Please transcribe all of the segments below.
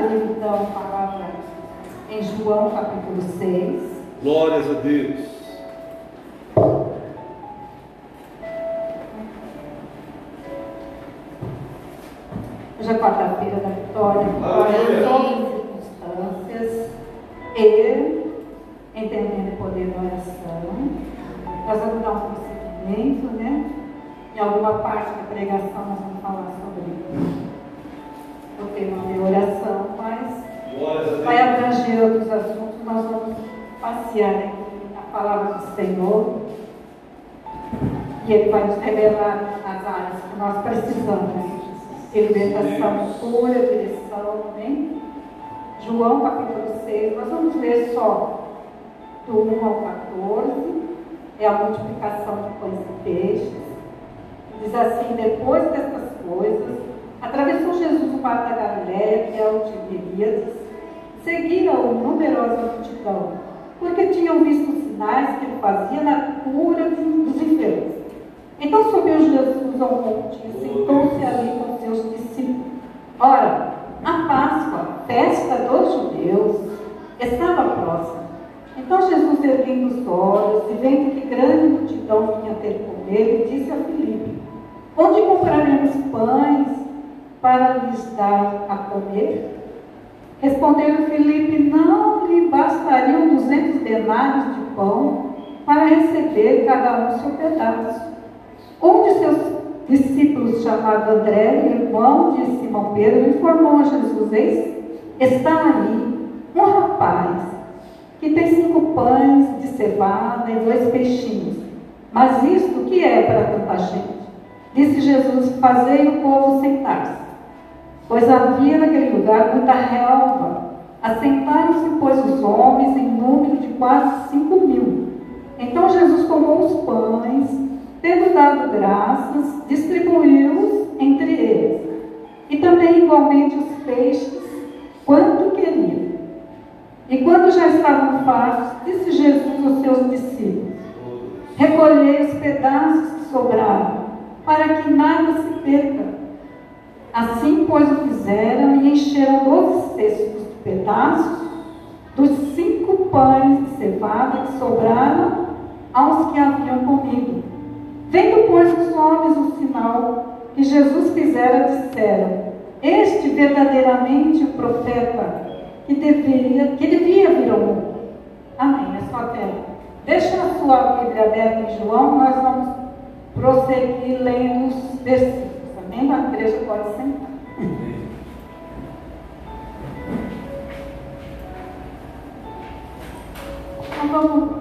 abrir então a palavra em João capítulo 6. Glórias a Deus. Hoje é quarta-feira da vitória, em todas as circunstâncias, e entendendo o poder da oração. Nós vamos dar um prosseguimento, né? Em alguma parte da pregação nós vamos falar sobre o tema de oração, mas vai abranger outros assuntos. Nós vamos passear aqui a palavra do Senhor e Ele vai nos revelar as áreas que nós precisamos. Libertação, cura, direção, amém? João capítulo 6, nós vamos ler só do 1 ao 14, é a multiplicação de pães e peixes. Diz assim: depois dessas coisas, atravessou Jesus o mar da Galileia, que é o Tiberíades. Seguiram-o numerosa multidão, porque tinham visto os sinais que ele fazia na cura dos enfermos. Então subiu Jesus ao monte e sentou-se ali com seus discípulos. Ora, a Páscoa, festa dos judeus, estava próxima. Então Jesus, erguendo os olhos e vendo que grande multidão vinha ter com ele, disse a Filipe: onde compraremos pães para lhes dar a comer? Respondeu Filipe: não lhe bastariam 200 denários de pão para receber cada um seu pedaço. Um de seus discípulos, chamado André, irmão de Simão Pedro, informou a Jesus: eis, está aí um rapaz que tem 5 pães de cevada e 2 peixinhos. Mas isto o que é para tanta gente? Disse Jesus: fazei o povo sentar-se. Pois havia naquele lugar muita relva. Assentaram-se, pois, os homens em número de quase 5.000. Então Jesus tomou os pães, tendo dado graças, distribuiu-os entre eles, e também igualmente os peixes, quanto queriam. E quando já estavam fartos, disse Jesus aos seus discípulos: recolhei os pedaços que sobraram, para que nada se perca. Assim, pois, o fizeram e encheram 12 cestos de pedaços dos 5 pães de cevada que sobraram aos que haviam comido. Vendo, pois, os homens o sinal que Jesus fizera, disseram: este verdadeiramente o profeta que devia vir ao mundo. Amém. É só até. Deixa a sua Bíblia aberta em João, nós vamos prosseguir lendo os versículos. Amém? A igreja pode sentar. Então vamos.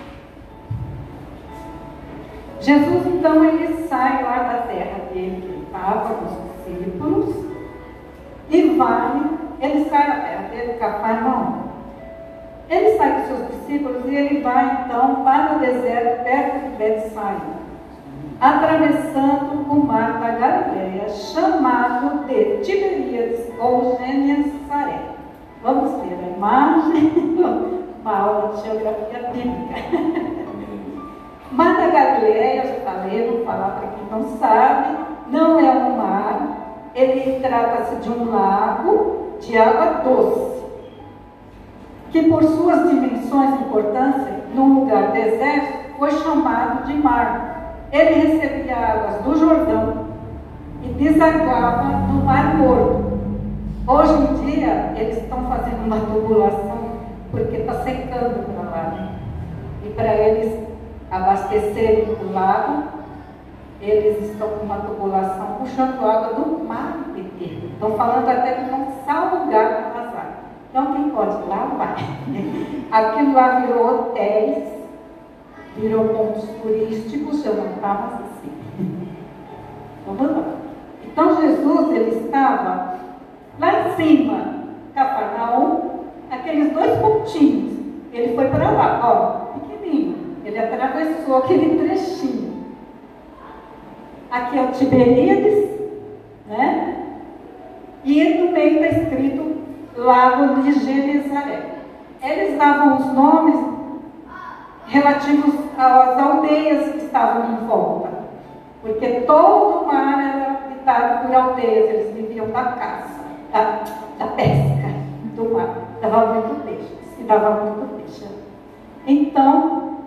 Jesus, então, ele sai lá da terra dele, que ele estava com os discípulos, e ele sai da terra dele, Cafarnaum. Ele sai com seus discípulos e ele vai, então, para o deserto, perto de Betsaida, atravessando o mar da Galileia, chamado de Tiberíades ou Genesaré. Vamos ver a imagem, uma aula de geografia bíblica. Mar da Galileia, eu já falei, vou falar para quem não sabe, não é um mar, ele trata-se de um lago de água doce, que por suas dimensões e importância, num lugar deserto, foi chamado de mar. Ele recebia águas do Jordão e desagava no Mar Morto. Hoje em dia, eles estão fazendo uma tubulação, porque está secando para lá, né? E para eles abastecerem o lago, eles estão com uma tubulação puxando água do mar inteiro. Estão falando até que vão salgar as águas. Então quem pode ir lá, vai. Aquilo lá virou hotéis, virou pontos turísticos, já não estava assim. Vamos lá. Então Jesus, ele estava lá em cima, Cafarnaum, aqueles 2 pontinhos. Ele foi para lá, ó, pequenininho. Ele atravessou aquele trechinho. Aqui é o Tiberíades, né? E no meio está escrito Lago de Genesaré. Eles davam os nomes relativos às aldeias que estavam em volta, porque todo o mar era habitado por aldeias, eles viviam da caça, da pesca. dava muito peixe. E dava muito peixe. Então,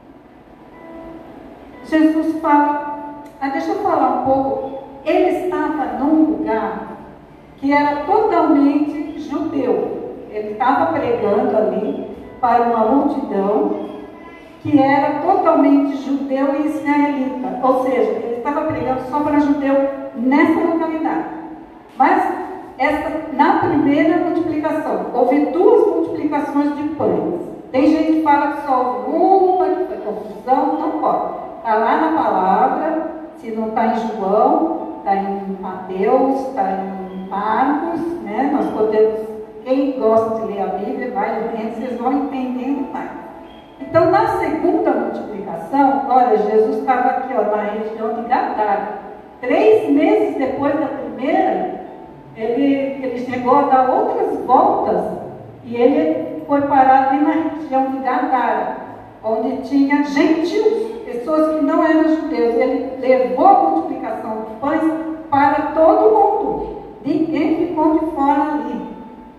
Jesus fala, deixa eu falar um pouco, ele estava num lugar que era totalmente judeu. Ele estava pregando ali para uma multidão que era totalmente judeu e israelita. Ou seja, ele estava pregando só para judeu nessa localidade. Mas na primeira multiplicação, houve 2 multiplicações de pães. Tem gente que fala que só houve uma, que foi confusão, não pode. Está lá na palavra, se não está em João, está em Mateus, está em Marcos, né? Nós podemos, quem gosta de ler a Bíblia, vai lendo, vocês vão entendendo mais. Então, na segunda multiplicação, olha, Jesus estava aqui, ó, na região de Gadara. 3 meses depois da primeira, ele chegou a dar outras voltas e ele foi parar ali na região de Gadara, onde tinha gentios, pessoas que não eram judeus. Ele levou a multiplicação de pães para todo mundo. Ninguém ficou de fora ali.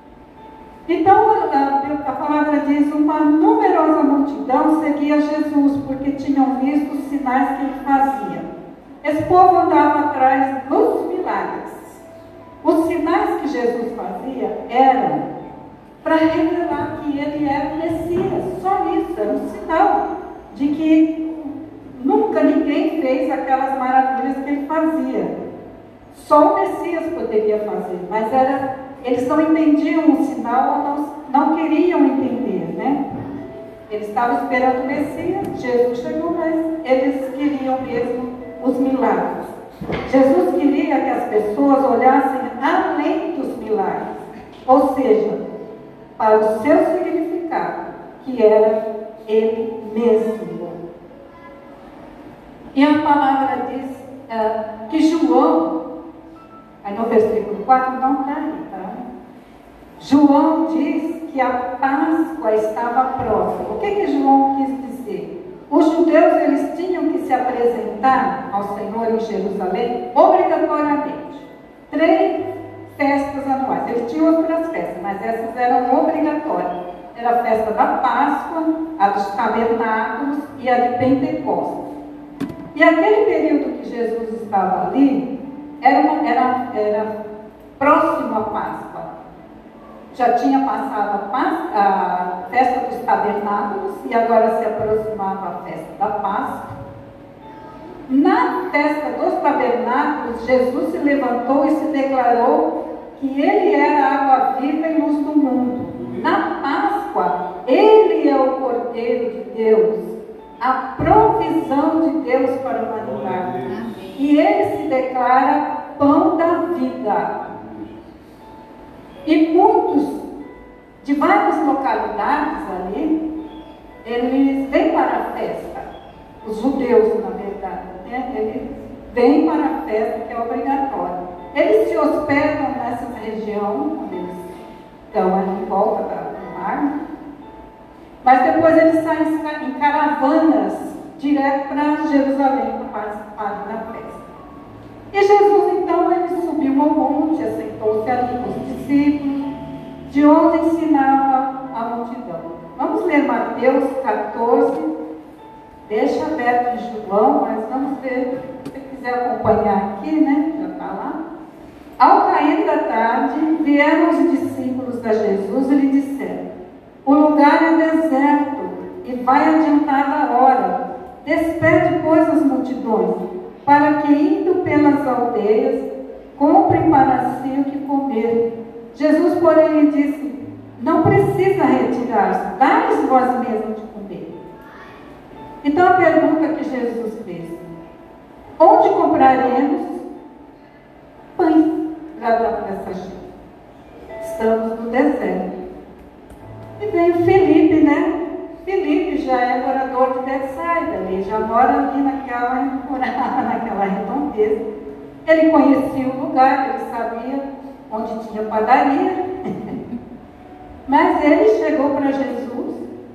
Então, a palavra diz, uma numerosa multidão seguia Jesus, porque tinham visto os sinais que ele fazia. Esse povo andava atrás dos milagres. Os sinais que Jesus fazia eram para revelar que ele era o Messias. Só isso, era um sinal de que nunca ninguém fez aquelas maravilhas que ele fazia. Só o Messias poderia fazer, mas eles não entendiam o sinal ou não queriam entender, né? Eles estavam esperando o Messias, Jesus chegou, mas eles queriam mesmo os milagres. Jesus queria que as pessoas olhassem além dos milagres, ou seja, para o seu significado, que era ele mesmo. E a palavra diz que João, aí no versículo 4, não está aí, tá? João diz que a Páscoa estava próxima. O que João quis dizer? Os judeus, eles tinham que se apresentar ao Senhor em Jerusalém obrigatoriamente. 3 festas anuais. Eles tinham outras festas, mas essas eram obrigatórias. Era a festa da Páscoa, a dos tabernáculos e a de Pentecostes. E aquele período que Jesus estava ali, era próximo à Páscoa. Já tinha passado a festa dos tabernáculos e agora se aproximava a festa da Páscoa. Na festa dos tabernáculos, Jesus se levantou e se declarou que ele era a água viva e luz do mundo. Na Páscoa, ele é o Cordeiro de Deus, a provisão de Deus para a humanidade. E ele se declara pão da vida. E muitos, de várias localidades ali, eles vêm para a festa. Os judeus, na verdade, né? Eles vêm para a festa, que é obrigatória. Eles se hospedam nessa região, onde eles estão ali em volta do mar. Mas depois eles saem em caravanas, direto para Jerusalém, para participar da festa. E Jesus, então, ele subiu ao monte, assentou-se ali com os discípulos, de onde ensinava a multidão. Vamos ler Mateus 14, deixa aberto em João, mas vamos ver, se você quiser acompanhar aqui, né? Já está lá. Ao cair da tarde, vieram os discípulos a Jesus e lhe disseram: o lugar é deserto e vai adiantada a hora. Despede, pois, as multidões, para que, indo pelas aldeias, comprem para si o que comer. Jesus, porém, lhe disse: não precisa retirar-se, dá-lhes vós mesmos de comer. Então a pergunta que Jesus fez: onde compraremos pães para dar para essa gente? Estamos no deserto. E veio Felipe, né? Felipe já é morador de Betsaida, ele já mora ali naquela redondeza. Ele conhecia o lugar, ele sabia onde tinha padaria. Mas ele chegou para Jesus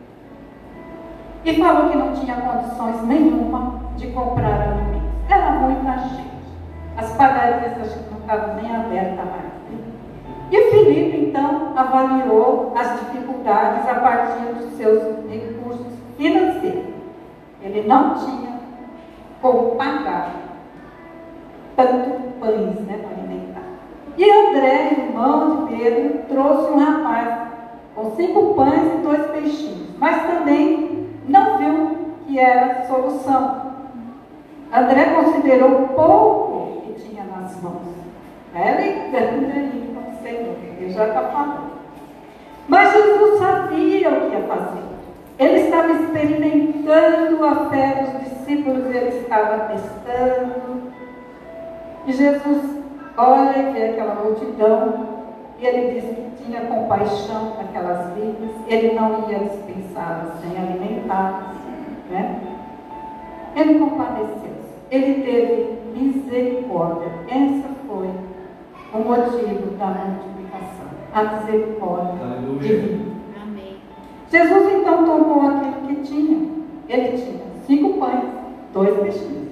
e falou que não tinha condições nenhuma de comprar alimentos. Era muita gente. As padarias acho que não estavam nem abertas mais. E Felipe, então, avaliou as dificuldades a partir dos seus recursos financeiros. Ele não tinha como pagar tanto pães, né, para alimentar. E André, irmão de Pedro, trouxe um rapaz com 5 pães e 2 peixinhos, mas também não viu que era solução. André considerou pouco que tinha nas mãos. Ele grande como Senhor, ele já está falando. Mas Jesus sabia o que ia fazer. Ele estava experimentando a fé dos discípulos, ele estava testando. E Jesus olha e vê aquela multidão, e ele diz que tinha compaixão daquelas vidas, ele não ia dispensá-las sem alimentá-las, né? Ele compadeceu-se, ele teve misericórdia. Esse foi o motivo da multiplicação, a misericórdia divina. Amém. Jesus então tomou aquilo que tinha. Ele tinha 5 pães, 2 peixinhos.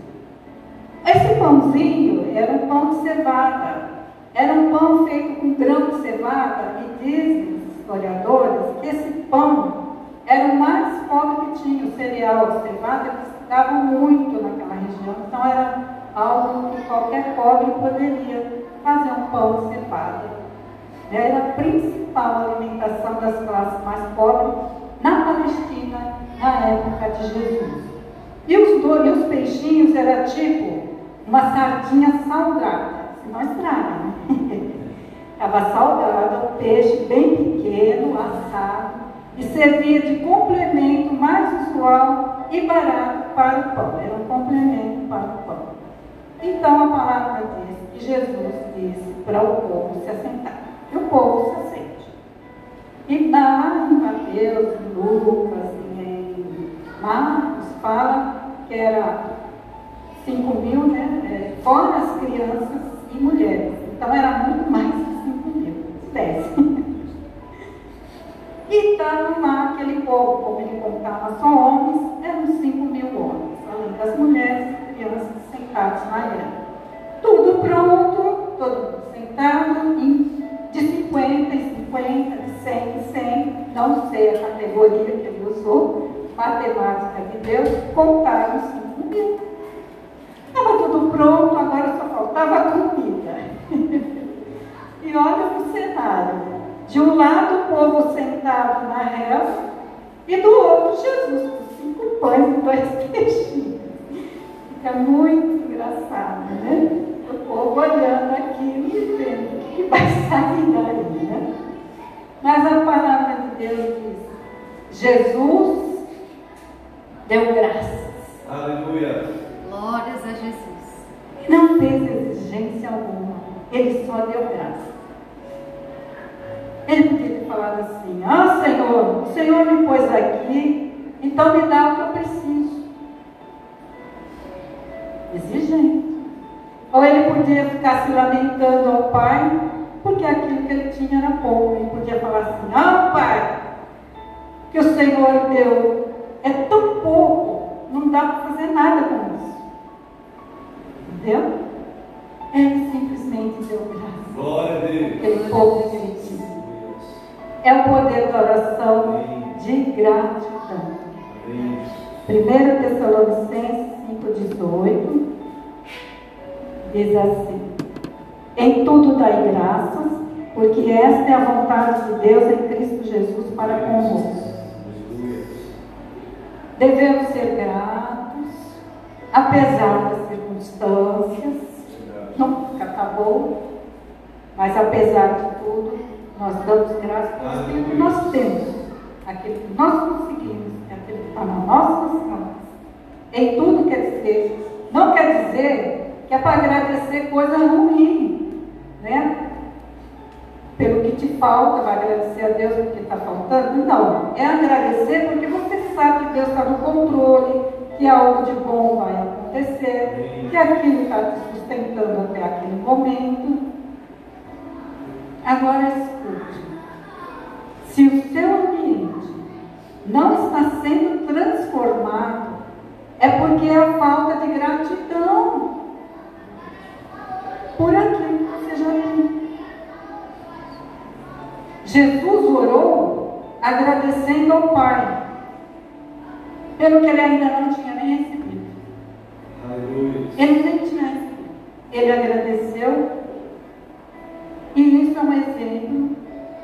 Esse pãozinho era um pão de cevada, era um pão feito com grão de cevada, e dizem os historiadores que esse pão era o mais pobre que tinha. O cereal de cevada que se dava muito naquela região, então era algo que qualquer pobre poderia fazer, um pão de cevada. Era a principal alimentação das classes mais pobres na Palestina na época de Jesus. E os peixinhos era tipo uma sardinha salgada, senão estraga, né? Estava salgada, um peixe bem pequeno, assado, e servia de complemento mais usual e barato para o pão. Era um complemento para o pão. Então a palavra diz que Jesus disse para o povo se assentar. E o povo se assente. E lá em Mateus, em Lucas, em Marcos, fala que era 5.000, né? Fora as crianças e mulheres. Então era muito mais que 5.000, 10. E estavam lá aquele povo, como ele contava, só homens, eram 5.000 homens, além das mulheres e crianças sentados na grama. Tudo pronto, todo mundo sentado, de 50 em 50, de 100 em 100, não sei a categoria que ele usou, matemática de Deus, contaram 5.000. Estava tudo pronto, agora só faltava a comida. E olha o cenário. De um lado o povo sentado na relva, e do outro Jesus, com 5 pães e 2 peixinhos. Fica muito engraçado, né? O povo olhando aquilo e vendo o que vai sair daí, né? Mas a palavra de Deus diz: Jesus deu graças. Aleluia. Glórias a Jesus. E não fez exigência alguma. Ele só deu graça. Ele podia ter falado assim: ah, Senhor, o Senhor me pôs aqui, então me dá o que eu preciso. Exigente. Ou ele podia ficar se lamentando ao Pai, porque aquilo que ele tinha era pouco. Ele podia falar assim: ah, Pai, que o Senhor deu é tão pouco, não dá para fazer nada com isso. Entendeu? Ele simplesmente deu graça. Glória a Deus. Aquele pouco que ele tinha. É o poder da oração de gratidão. 1 Tessalonicenses 5,18 diz assim: em tudo dai graças, porque esta é a vontade de Deus em Cristo Jesus para convosco. Devemos ser gratos, apesar das circunstâncias. Nunca acabou, mas apesar de tudo, nós damos graças por aquilo que nós temos, aquilo que nós conseguimos, aquilo que está nas nossas mãos. Em tudo quer dizer, não quer dizer que é para agradecer coisa ruim, né? Pelo que te falta, vai agradecer a Deus porque está faltando? Não, é agradecer porque você sabe que Deus está no controle, que algo de bom vai acontecer, que aquilo está te sustentando até aquele momento. Agora escute, se o seu ambiente não está sendo transformado, é porque é a falta de gratidão por aquilo que você já tem. Jesus orou agradecendo ao Pai, pelo que ele ainda não tinha nem recebido. Aleluia. Ele nem tinha recebido. Ele agradeceu. E isso é um exemplo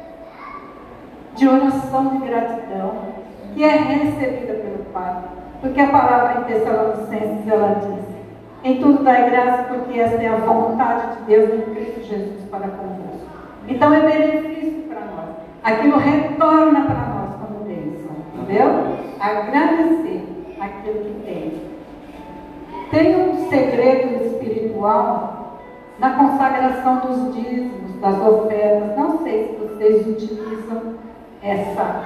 de oração de gratidão, que é recebida pelo Pai. Porque a palavra em Tessalonicenses, ela diz: em tudo dai graça, porque esta é a vontade de Deus em Cristo Jesus para convosco. Então é benefício para nós. Aquilo retorna para nós como bênção. Entendeu? Agradecer aquilo que tem. Tem um segredo espiritual na consagração dos dízimos, das ofertas. Não sei se vocês utilizam essa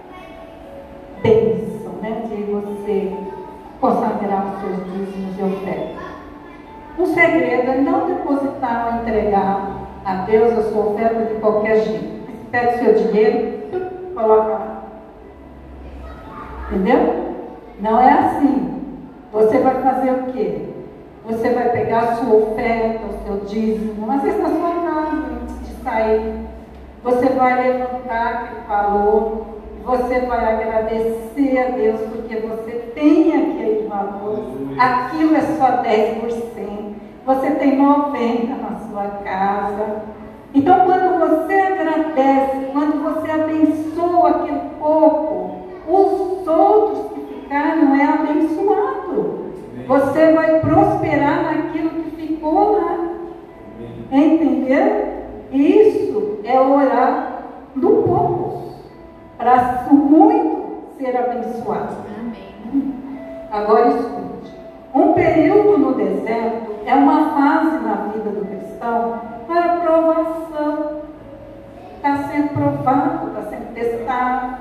bênção, né, de você consagrar os seus dízimos e ofertas. O segredo é não depositar ou entregar a Deus a sua oferta de qualquer jeito. Você pega o seu dinheiro, coloca lá. Entendeu? Não é assim. Você vai fazer o quê? Você vai pegar a sua oferta, o seu dízimo, às vezes na sua casa, antes de sair. Você vai levantar aquele valor, você vai agradecer a Deus porque você tem aquele valor. Aquilo é só 10%. Você tem 90% na sua casa. Então, quando você agradece, quando você abençoa aquele pouco, os outros que ficaram é abençoado. Você vai prosperar naquilo que ficou lá. Entendeu? Isso é orar no pouco, para o muito ser abençoado. Amém. Agora escute. Um período no deserto é uma fase na vida do cristão para provação. Está sendo provado, está sendo testado.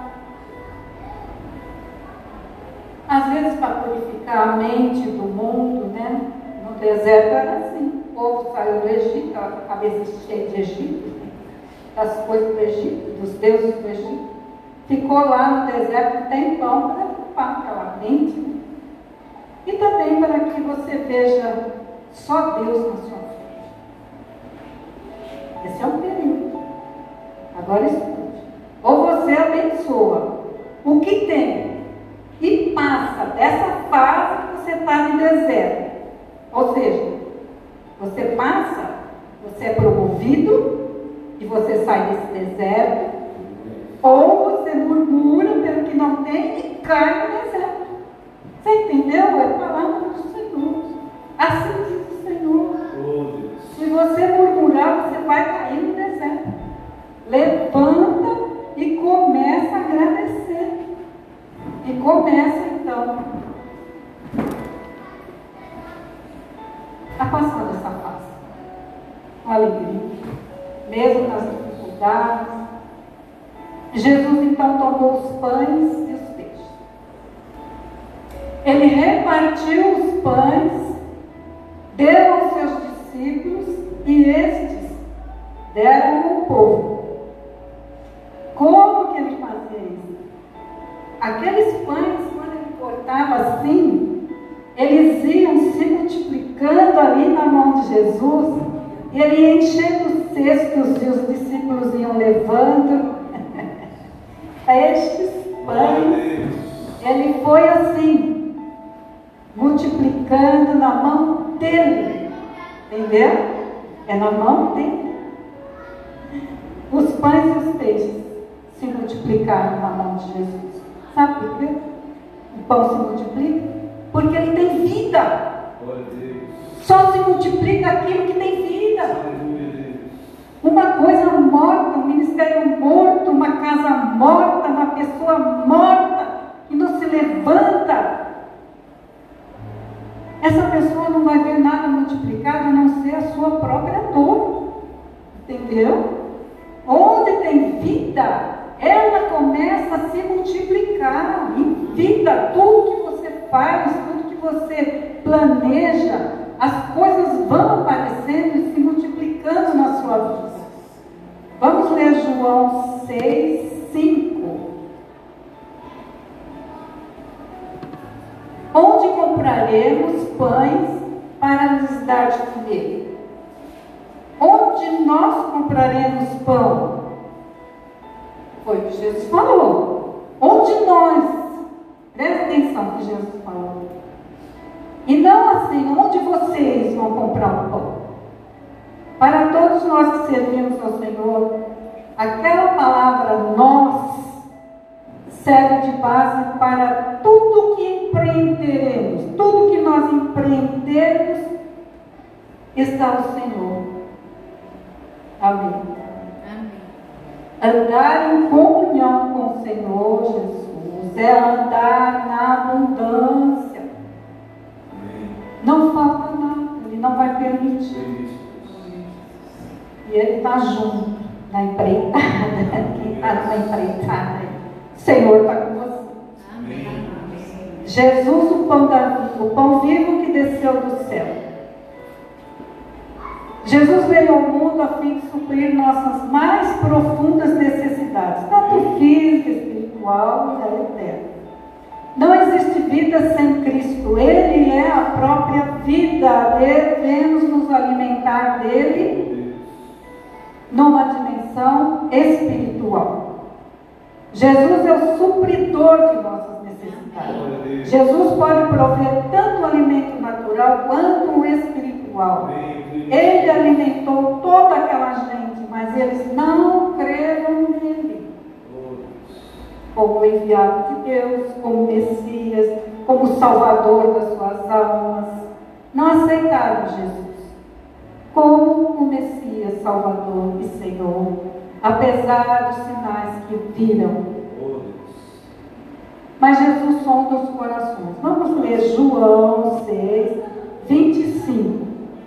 Às vezes para purificar a mente do mundo, né? No deserto era assim. O povo saiu do Egito, a cabeça cheia de Egito, das coisas do Egito, dos deuses do Egito. Ficou lá no deserto um tempão para ocupar aquela mente, né? E também para que você veja só Deus na sua frente. Esse é um período. Agora escute. Ou você abençoa o que tem e passa dessa fase que você está no deserto. Ou seja, você passa, você é promovido e você sai desse deserto. Ou você murmura pelo que não tem e cai no deserto. Você entendeu? É a palavra do Senhor. Assim diz o Senhor. Se você murmurar, você vai cair no deserto. Levanta e começa a agradecer. E começa então a passar dessa fase com alegria, mesmo nas dificuldades. Jesus então tomou os pães e os peixes. Ele repartiu os pães, deu aos seus discípulos e estes deram ao povo. Como que ele fazia isso? Aqueles pães, quando ele cortava assim, eles iam se multiplicando ali na mão de Jesus, e ele ia enchendo os cestos e os discípulos iam levando. Estes pães, ele foi assim, multiplicando na mão dele, entendeu? É na mão dele. Os pães e os peixes se multiplicaram na mão de Jesus. Sabe por quê? O pão se multiplica porque ele tem vida. Só se multiplica aquilo que tem vida. Uma coisa morta, um ministério morto, uma casa morta, uma pessoa morta que não se levanta, essa pessoa não vai ver nada multiplicado a não ser a sua própria dor. Entendeu? Onde tem vida, ela começa a se multiplicar em vida. Tudo que você faz, tudo que você planeja, as coisas vão aparecendo e se multiplicando na sua vida. Vamos ler João 6:5. Onde compraremos pães para lhes dar de comer? Onde nós compraremos pão? Foi o que Jesus falou. Onde nós, presta atenção que Jesus falou. E não assim, onde vocês vão comprar o pão? Para todos nós que servimos ao Senhor, aquela palavra nós serve de base para tudo que empreenderemos. Tudo que nós empreendermos está o Senhor. Amém. Andar em comunhão com o Senhor Jesus é andar na abundância. Não falta nada, Ele não vai permitir. E Ele está junto na empreitada. Quem está na empreitada? O Senhor está com você. Amém. Jesus, o pão da vida, o pão vivo que desceu do céu. Jesus veio ao mundo a fim de suprir nossas mais profundas necessidades, tanto física, espiritual e eterna. Não existe vida sem Cristo. Ele é a própria vida. Devemos nos alimentar dele numa dimensão espiritual. Jesus é o supridor de nossas necessidades. Jesus pode prover tanto o alimento natural quanto o espiritual. Ele alimentou toda aquela gente, mas eles não creram nele como enviado de Deus, como Messias, como Salvador das suas almas. Não aceitaram Jesus como o Messias, Salvador e Senhor, apesar dos sinais que viram. Mas Jesus sonda os corações. Vamos ler João 6, 25.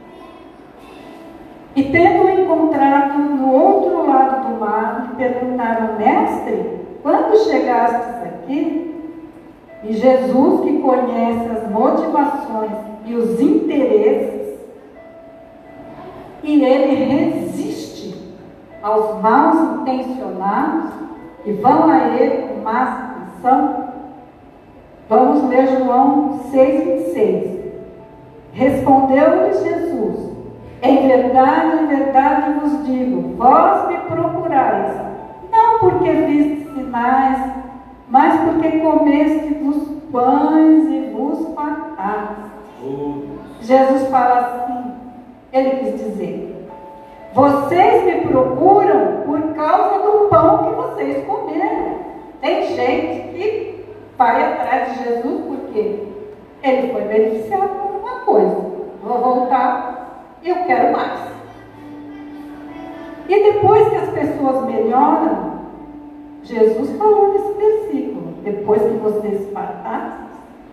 E tendo-o encontrado no outro lado do mar, lhe perguntaram: Mestre, quando chegastes aqui? E Jesus, que conhece as motivações e os interesses, e ele resiste aos maus intencionados que vão a ele com má intenção. Vamos ler João 6,26. Respondeu-lhes Jesus: em verdade vos digo, vós me procurais, não porque vistes sinais, mas porque comeste dos pães e vos fartastes. Jesus fala assim, ele quis dizer: vocês me procuram por causa do pão que vocês comeram. Tem gente que vai atrás de Jesus porque ele foi beneficiado por uma coisa. Vou voltar e eu quero mais. E depois que as pessoas melhoram, Jesus falou nesse versículo: depois que vocês fartastes,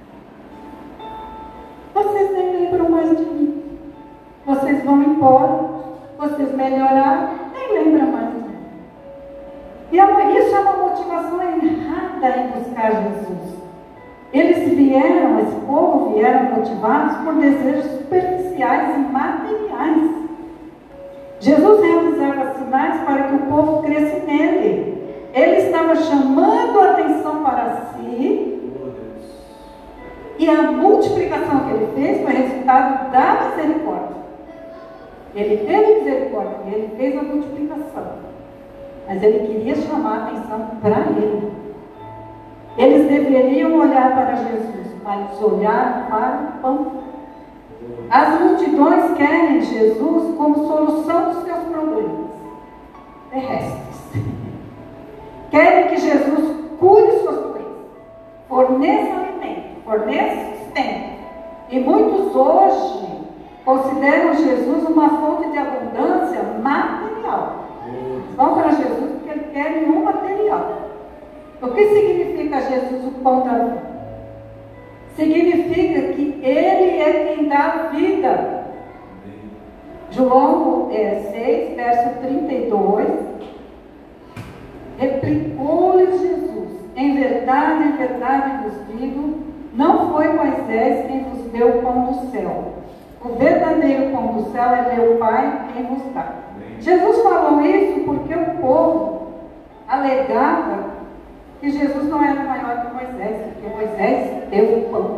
vocês nem lembram mais de mim. Vocês vão embora, vocês melhoraram, nem lembram mais de mim. E isso é uma motivação errada em buscar Jesus. Eles vieram, esse povo vieram motivados por desejos superficiais e materiais. Jesus realizava sinais para que o povo crescesse nele. Ele estava chamando a atenção para si, e a multiplicação que ele fez foi resultado da misericórdia. Ele teve misericórdia, ele fez a multiplicação, mas ele queria chamar a atenção para ele. Eles deveriam olhar para Jesus, mas olhar para o pão. As multidões querem Jesus como solução dos seus problemas terrestres. Querem que Jesus cure suas doenças, forneça alimento, forneça sustento. E muitos hoje consideram Jesus uma fonte de abundância material. Vão para Jesus porque eles querem um material. O que significa Jesus, o pão da vida? Significa que Ele é quem dá a vida. João 6, verso 32. Replicou-lhes Jesus: em verdade vos digo, não foi Moisés quem vos deu o pão do céu. O verdadeiro pão do céu é meu Pai quem vos dá. Jesus falou isso porque o povo alegava que Jesus não era maior que Moisés, porque Moisés deu o pão.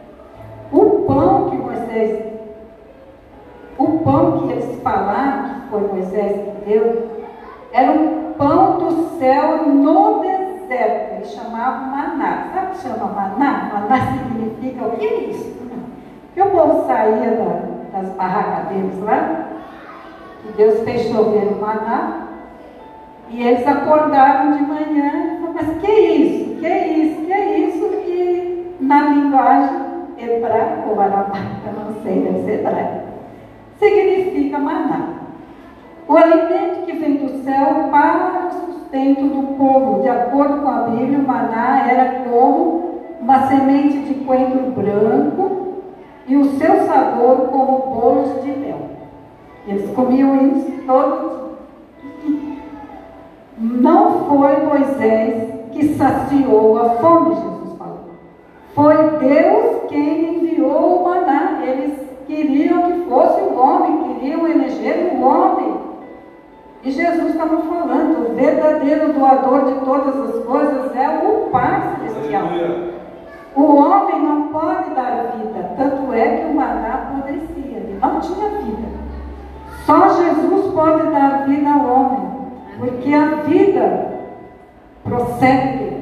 O pão que eles falaram que foi Moisés que deu, era um pão do céu no eles chamavam maná. Sabe o que chama maná? Maná significa o que é isso? Que o povo saía das barracas deles lá, que Deus fez chover o maná, e eles acordaram de manhã e falaram, mas que é isso? Que é isso? Que é isso? E na linguagem hebraica, ou aramaica, não sei, deve ser hebraica, significa maná. O alimento que vem do céu para o sustento do povo. De acordo com a Bíblia, o maná era como uma semente de coentro branco e o seu sabor como bolos de mel. Eles comiam isso todo dia. Não foi Moisés que saciou a fome, Jesus falou. Foi Deus quem enviou o maná. Eles queriam que fosse o homem, queriam eleger o homem. E Jesus estava falando, o verdadeiro doador de todas as coisas é o Pai Celestial. O homem não pode dar vida, tanto é que o maná apodrecia, ele não tinha vida. Só Jesus pode dar vida ao homem, porque a vida procede dele.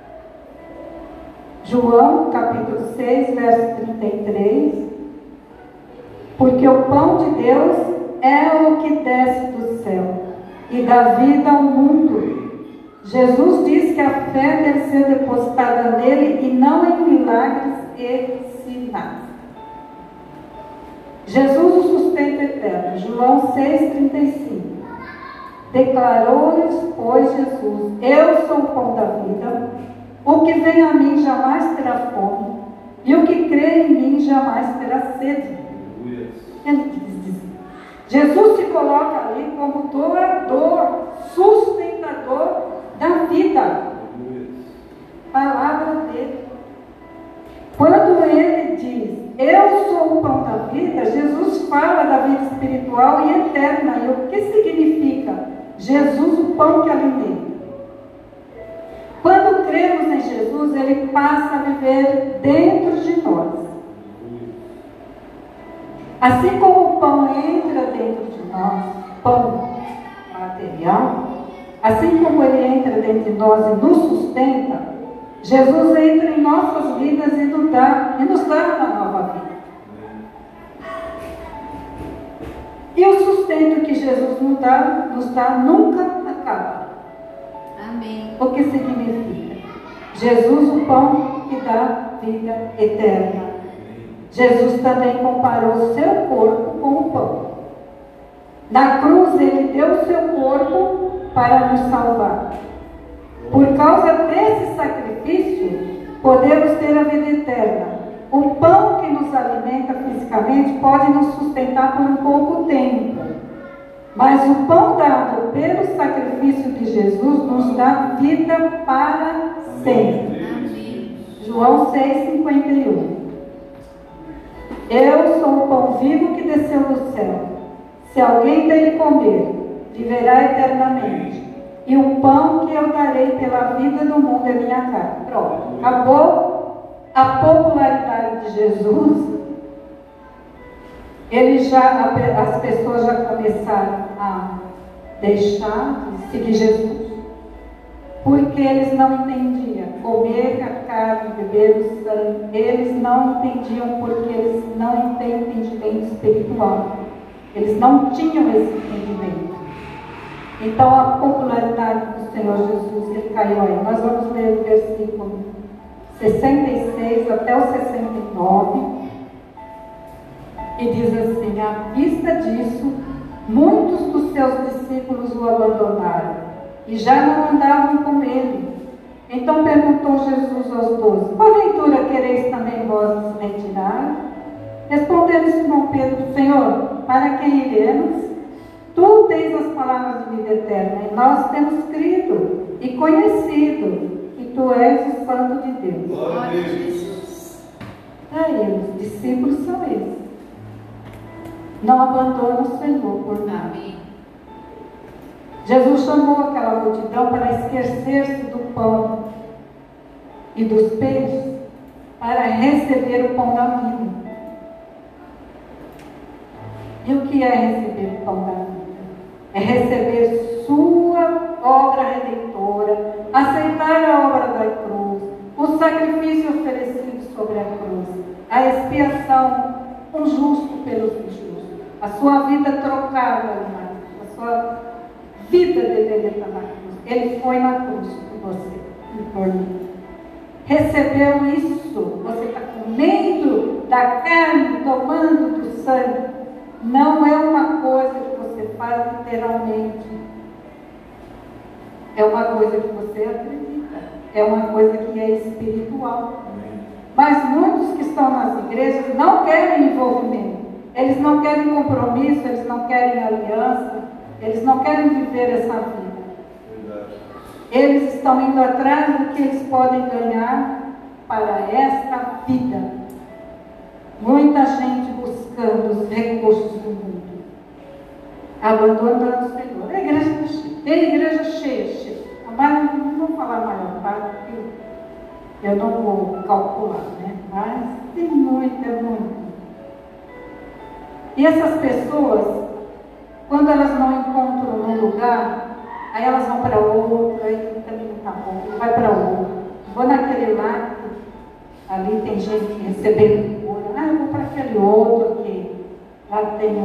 João, capítulo 6, verso 33. Porque o pão de Deus é o que desce do céu e dá vida ao mundo. Jesus diz que a fé deve ser depositada nele e não em milagres e sinais. Jesus o sustento eterno. João 6,35. Declarou-lhes, pois, Jesus: eu sou o pão da vida. O que vem a mim jamais terá fome, e o que crê em mim jamais terá sede. Ele diz: Jesus se coloca ali como doador, sustentador da vida. Palavra dele. Quando ele diz, eu sou o pão da vida, Jesus fala da vida espiritual e eterna. E o que significa? Jesus, o pão que alimenta. Quando cremos em Jesus, ele passa a viver dentro de nós. Assim como o pão entra dentro de nós, pão material, assim como ele entra dentro de nós e nos sustenta, Jesus entra em nossas vidas e nos dá uma nova vida. E o sustento que Jesus nos dá nunca acaba. Amém. O que significa? Jesus, o pão que dá vida eterna. Jesus também comparou o seu corpo com o pão. Na cruz ele deu o seu corpo para nos salvar. Por causa desse sacrifício, podemos ter a vida eterna. O pão que nos alimenta fisicamente pode nos sustentar por um pouco tempo. Mas o pão dado pelo sacrifício de Jesus nos dá vida para sempre. Amém. João 6,51. Eu sou o pão vivo que desceu do céu. Se alguém dele comer, viverá eternamente. E o pão que eu darei pela vida do mundo é minha carne. Pronto. Acabou a popularidade de Jesus. As pessoas já começaram a deixar de seguir Jesus. Porque eles não entendiam comer a carne, beber o sangue. Eles não entendiam porque eles não têm entendimento espiritual. Eles não tinham esse entendimento. Então a popularidade do Senhor Jesus, ele caiu aí. Nós vamos ler o versículo 66 até o 69. E diz assim: à vista disso, muitos dos seus discípulos o abandonaram e já não andavam com ele. Então perguntou Jesus aos 12: porventura quereis também vós nos retirar? Respondeu Simão Pedro: Senhor, para quem iremos? Tu tens as palavras de vida eterna, e nós temos crido e conhecido que tu és o Santo de Deus. Glória a Jesus. Aí, os discípulos são esses. Não abandonam o Senhor por nada. Amém. Jesus chamou aquela multidão para esquecer-se do pão e dos peixes para receber o pão da vida. E o que é receber o pão da vida? É receber sua obra redentora, aceitar a obra da cruz, o sacrifício oferecido sobre a cruz, a expiação, um justo pelos injustos, a sua vida trocada, a sua vida deveria estar na cruz. Ele foi na cruz por você e por mim. Recebeu isso, você está comendo da carne, tomando do sangue. Não é uma coisa que você faz literalmente. É uma coisa que você acredita. É uma coisa que é espiritual. Mas muitos que estão nas igrejas não querem envolvimento. Eles não querem compromisso, eles não querem aliança, eles não querem viver essa vida. Eles estão indo atrás do que eles podem ganhar para esta vida. Muita gente buscando os recursos do mundo, abandonando o Senhor. A igreja está cheia. Tem igreja cheia. Mas não vou falar a maior parte, porque eu não vou calcular, né? Mas tem muita. E essas pessoas, quando elas não encontram um lugar, aí elas vão para outro, aí também não está bom, vai para outro. Vou naquele lá, ali tem gente recebendo cura. Eu vou para aquele outro que lá tem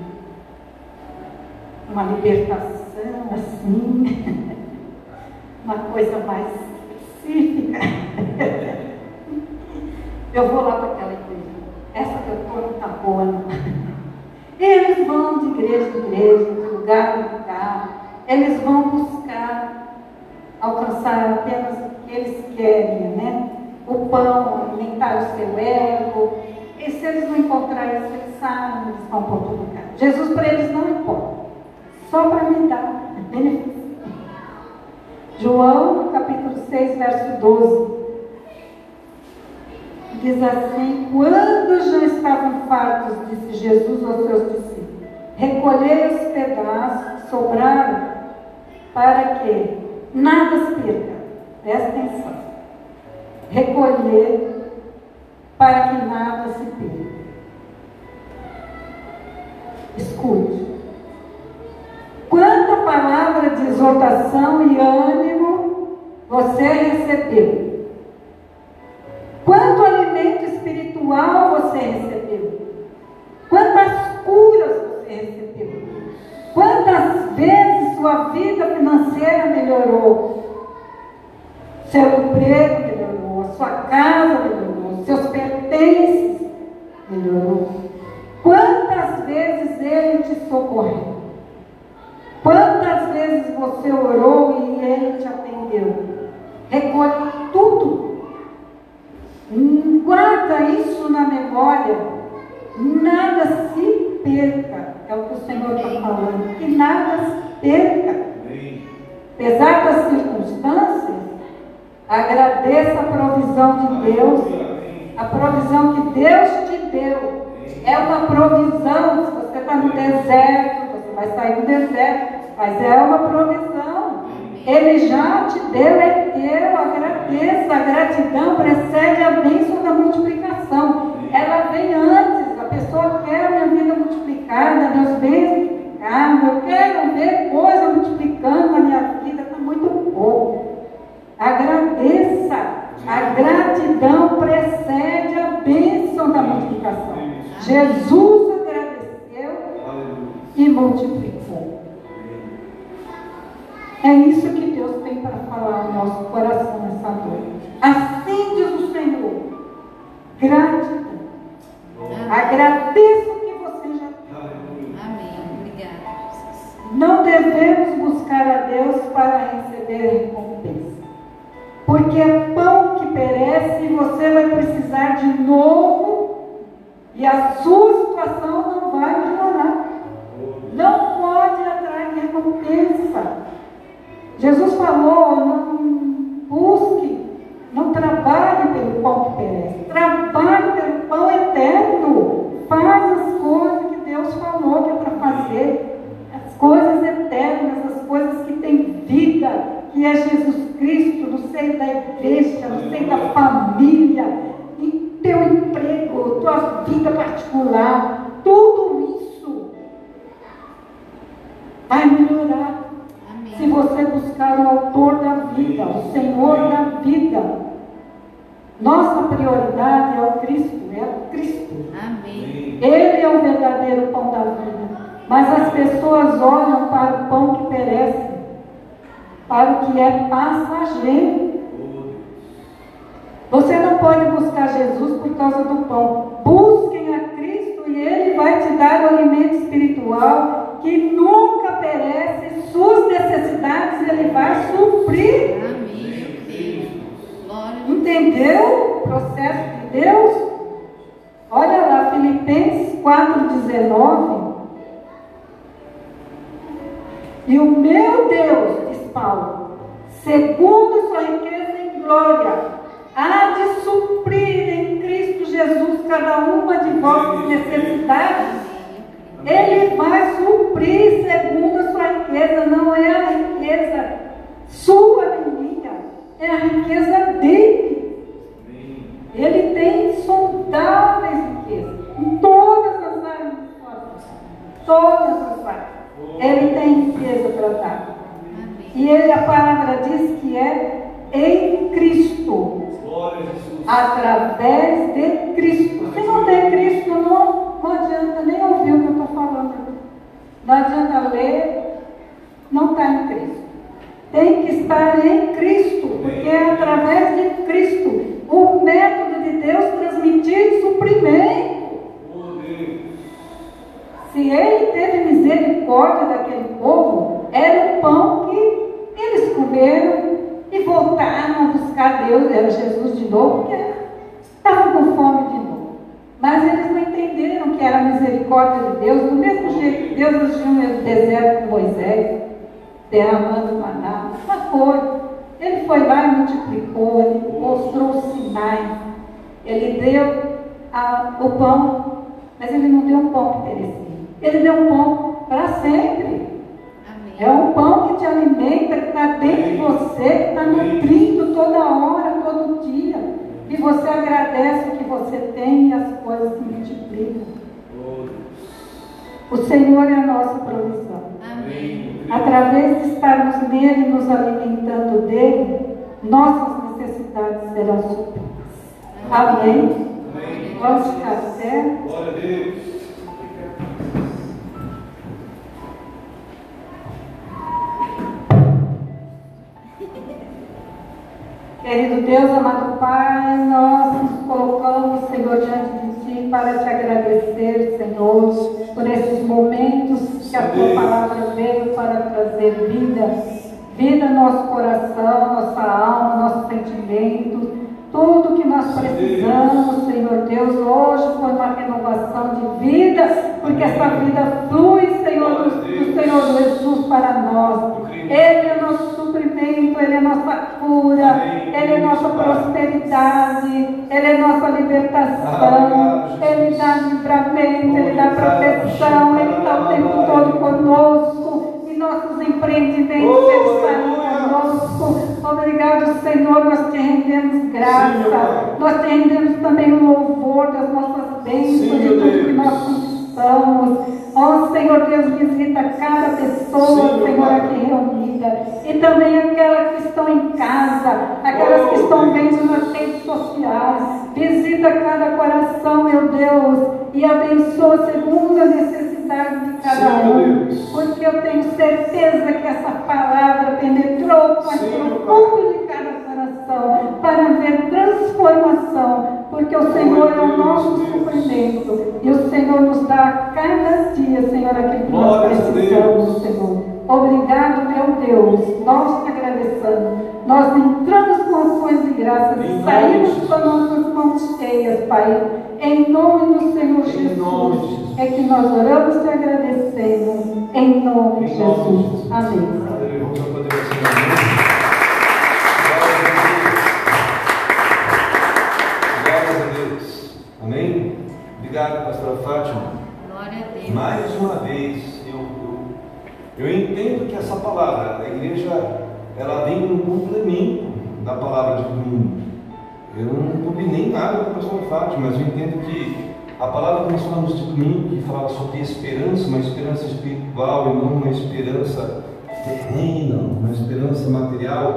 uma libertação, assim, uma coisa mais específica. Eu vou lá para aquela igreja. Essa que eu estou não está boa, não. Eles vão de igreja em igreja, de lugar em lugar. Eles vão buscar alcançar apenas o que eles querem, né? O pão, alimentar o seu ego. E se eles não encontrarem isso, eles saem, eles vão para outro lugar. Jesus para eles não importa. Só para me dar benefício. João, capítulo 6, verso 12. Diz assim: quando já estavam fartos, disse Jesus aos seus discípulos, recolhei os pedaços que sobraram, para que nada se perca. Presta atenção. Recolher para que nada se perca. Escute. Quanta palavra de exortação e ânimo você recebeu? Quanto alimento espiritual você recebeu? Quantas curas você recebeu? Quantas vezes sua vida financeira melhorou? Seu emprego melhorou, a sua casa melhorou, seus pertences melhorou. Quantas vezes Ele te socorreu? Quantas vezes você orou e Ele te atendeu? Recolhe tudo. Guarda isso na memória. Nada se perca. É o que o Senhor está falando. Que nada se perca. Apesar das circunstâncias, agradeça a provisão de Deus. A provisão que Deus te deu. É uma provisão. Se você está no deserto, você vai sair do deserto. Mas é uma provisão. Ele já te deu, é teu. Agradeça. A gratidão precede a bênção da multiplicação. Ela vem antes. A pessoa quer a minha vida multiplicada, meus bens multiplicados. Eu quero ver coisa multiplicando na minha vida. Está muito pouco. Agradeça. A gratidão precede a bênção da multiplicação. Jesus agradeceu e multiplicou. É isso que Deus tem para falar no nosso coração nessa noite. Assim diz o Senhor. Gratidão. Agradeça o que você já tem. Amém. Obrigada, Jesus. Não devemos buscar a Deus para receber recompensa. Porque é pão que perece e você vai precisar de novo e a sua situação não vai melhorar. Não pode atrair recompensa. Jesus falou, não busque, não trabalhe pelo pão que perece. Trabalhe pelo pão eterno. Faz as coisas que Deus falou que é para fazer. As coisas eternas, as coisas que têm vida, que é Jesus Cristo, no seio da igreja, no seio da família, em teu emprego, tua vida particular, tudo isso vai melhorar. Amém. Se você buscar o autor da vida, o Senhor da vida. Nossa prioridade é o Cristo, Amém. Ele é o verdadeiro pão da vida. Mas as pessoas olham para o pão que perece, para o que é passageiro. Você não pode buscar Jesus por causa do pão. Busquem a Cristo e Ele vai te dar o alimento espiritual que nunca perece. Suas necessidades Ele vai suprir. Amém. Entendeu o processo de Deus? Olha lá, Filipenses 4,19. E o meu Deus, diz Paulo, segundo a sua riqueza em glória, há de suprir em Cristo Jesus cada uma de vossas necessidades. Ele vai suprir segundo a sua riqueza. Não é a riqueza sua nem minha, é a riqueza dele. Ele tem insondáveis riquezas em todas as áreas de sua vida. Todas as áreas. Ele tem riqueza para dar. E ele, a palavra diz que é em Cristo. Através de Cristo. Se não tem Cristo, não adianta nem ouvir o que eu estou falando. Não adianta ler, não está em Cristo. Tem que estar em Cristo, porque é através de Cristo o método de Deus transmitir suprimento. Se Ele teve misericórdia daquele povo, era o pão que eles comeram e voltaram a buscar Deus, era Jesus de novo, porque estavam com fome de novo. Mas eles não entenderam que era a misericórdia de Deus. Do mesmo jeito que Deus agiu no deserto com Moisés, derramando maná, uma coisa. Ele foi lá e multiplicou, ele mostrou os sinais, ele deu o pão, mas ele não deu um pão que perecia. Ele deu um pão para sempre. Amém. É um pão que te alimenta, que está dentro de você, que está nutrindo toda hora, todo dia. E você agradece o que você tem e as coisas se multiplicam. O Senhor é a nossa provisão. Amém. Através de estarmos nele, nos alimentando dele, nossas necessidades serão supridas. Amém? Amém. Vamos ficar de pé? Glória a Deus. Querido Deus, amado Pai, nós nos colocamos, Senhor, diante de Ti para Te agradecer, Senhor, por esses momentos que a Tua palavra veio para trazer vida ao nosso coração, nossa alma, nossos sentimentos, tudo que nós precisamos, Senhor Deus, hoje foi uma renovação de vida, porque essa vida flui, Senhor, do Senhor Jesus para nós. Ele é nosso suprimento, Ele é nossa cura, Ele é nossa prosperidade, Ele é nossa libertação, Ele dá livramento, Ele dá proteção, Ele está o tempo todo conosco, e nossos empreendimentos Ele está conosco. Obrigado, Senhor, nós te rendemos graça, nós te rendemos também o louvor das nossas bênçãos, de tudo que nós conquistamos. Ó Senhor Deus, visita cada pessoa, Senhor, aqui reunida, e também aquelas que estão em casa, aquelas que estão vendo nas redes sociais. Visita cada coração, meu Deus, e abençoa segundo a necessidade de cada um, porque eu tenho certeza que essa palavra penetrou com o fundo de cada coração para ver transformação, porque o Senhor é o nosso suprimento e o Senhor nos dá a cada dia, Senhor, aquilo que nós precisamos, Senhor. Obrigado, meu Deus, nós te agradecemos. Nós entramos com ações de graça e saímos com nossas mãos cheias, Pai. Em nome do Senhor Jesus, é que nós oramos e agradecemos. Em nome de Jesus. Amém. Glórias a Deus. Amém? Obrigado, pastora Fátima. Glória a Deus. Mais uma vez, eu entendo que essa palavra, a igreja, ela vem no complemento da palavra de domingo. Eu não combinei nada com a pastora Fátima, mas eu entendo que a palavra que nós falamos de domingo, que falava sobre esperança, uma esperança espiritual e não uma esperança terrena, uma esperança material,